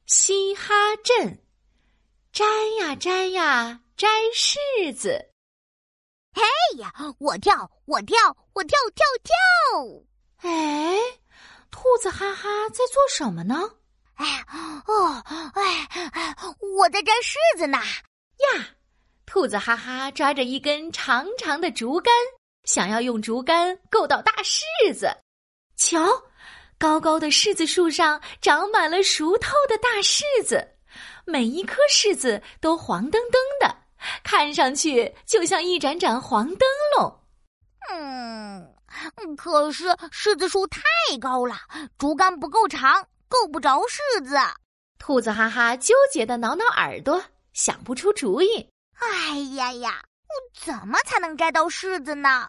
嘻哈镇，摘呀摘呀摘柿子。 嘿呀，我跳，我跳，我跳跳跳！ 哎，兔子哈哈在做什么呢？ 我在摘柿子呢。 呀，兔子哈哈抓着一根长长的竹竿，想要用竹竿够到大柿子。瞧，高高的柿子树上长满了熟透的大柿子，每一颗柿子都黄澄澄的，看上去就像一盏盏黄灯笼。 可是柿子树太高了，竹竿不够长，够不着柿子。 兔子哈哈纠结地挠挠耳朵，想不出主意。 哎呀，我怎么才能摘到柿子呢？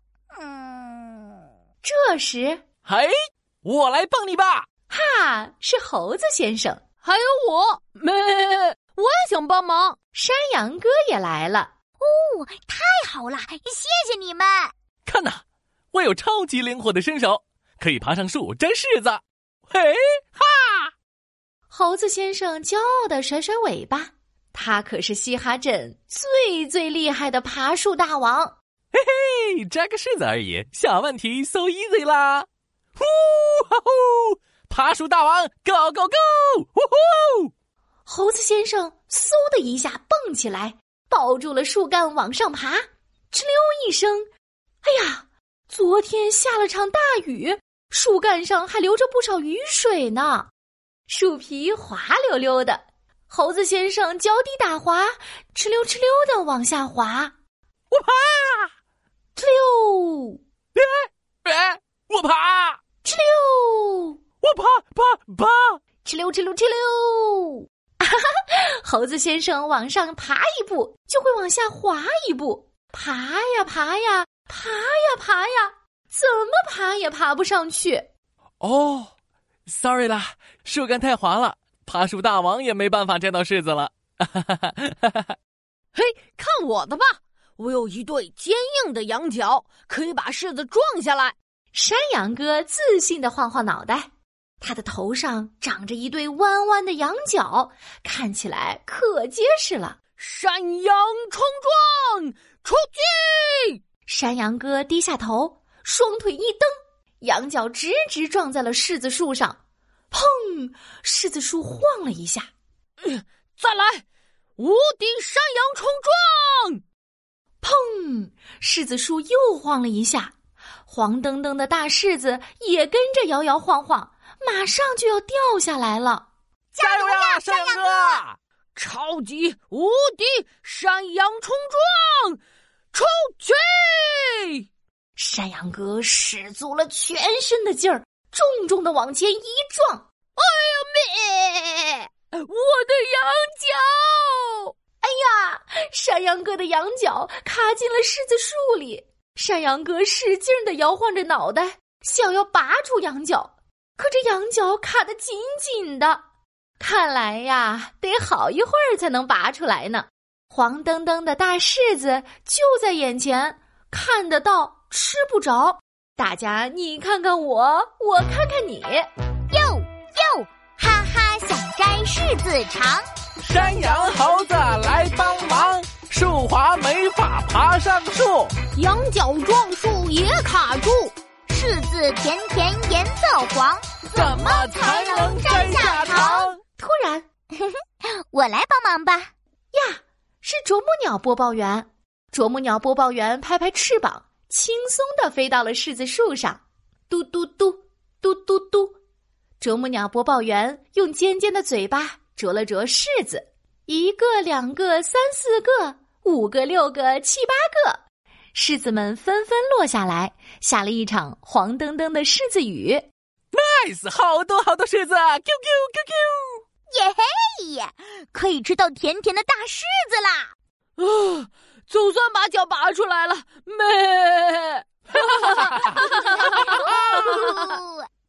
这时， 嘿，我来帮你吧！ 哈，是猴子先生。 还有我，我也想帮忙。 山羊哥也来了。 哦，太好了，谢谢你们！ 看哪，我有超级灵活的身手，可以爬上树摘柿子。嘿哈！ 猴子先生骄傲地甩甩尾巴，他可是嘻哈镇最厉害的爬树大王。 嘿嘿，摘个柿子而已，小问题 so easy 啦！呼哈呼，爬树大王 go go go！ 呼呼！ 猴子先生嗖的一下蹦起来，抱住了树干往上爬。哧溜一声，哎呀，昨天下了场大雨，树干上还留着不少雨水呢，树皮滑溜溜的。猴子先生脚底打滑，哧溜哧溜的往下滑。 我爬！ 哧溜！ 我爬！ 哧溜！ 我爬！ 哧溜哧溜哧溜！猴子先生往上爬一步，就会往下滑一步，爬呀爬呀，爬呀爬呀，怎么爬也爬不上去。 哦 ，sorry 啦，树干太滑了，爬树大王也没办法摘到柿子了。 嘿，看我的吧！我有一对坚硬的羊角，可以把柿子撞下来。 山羊哥自信地晃晃脑袋，他的头上长着一对弯弯的羊角，看起来可结实了。 山羊冲撞，出击！ 山羊哥低下头，双腿一蹬，羊角直撞在了柿子树上。砰！柿子树晃了一下。 再来！无敌山羊冲撞！ 砰！柿子树又晃了一下，黄澄澄的大柿子也跟着摇摇晃晃，马上就要掉下来了。 加油呀，山羊哥！ 超级无敌山羊冲撞，出去！ 山羊哥使足了全身的劲儿，重重的往前一撞。 哎呀，我的羊角！ 哎呀，山羊哥的羊角卡进了柿子树里。山羊哥使劲地摇晃着脑袋，想要拔出羊角，可这羊角卡得紧紧的，看来呀，得好一会儿才能拔出来呢。黄澄澄的大柿子就在眼前，看得到，吃不着。大家你看看我，我看看你。 哟，哈哈想摘柿子长。 山羊猴子来帮忙，树滑没法爬上树， 羊角撞树也卡住， 柿子甜甜颜色黄， 怎么才能摘下长？ 突然， 我来帮忙吧。 呀，是啄木鸟播报员。啄木鸟播报员拍拍翅膀，轻松地飞到了柿子树上。嘟嘟嘟，嘟嘟嘟。啄木鸟播报员用尖尖的嘴巴啄了啄柿子，一个、两个、三四个、五个、六个、七八个，柿子们纷纷落下来，下了一场黄澄澄的柿子雨。 nice， 好多柿子 ，Q Q Q Q， 耶嘿，可以吃到甜甜的大柿子啦！ 总算把脚拔出来了，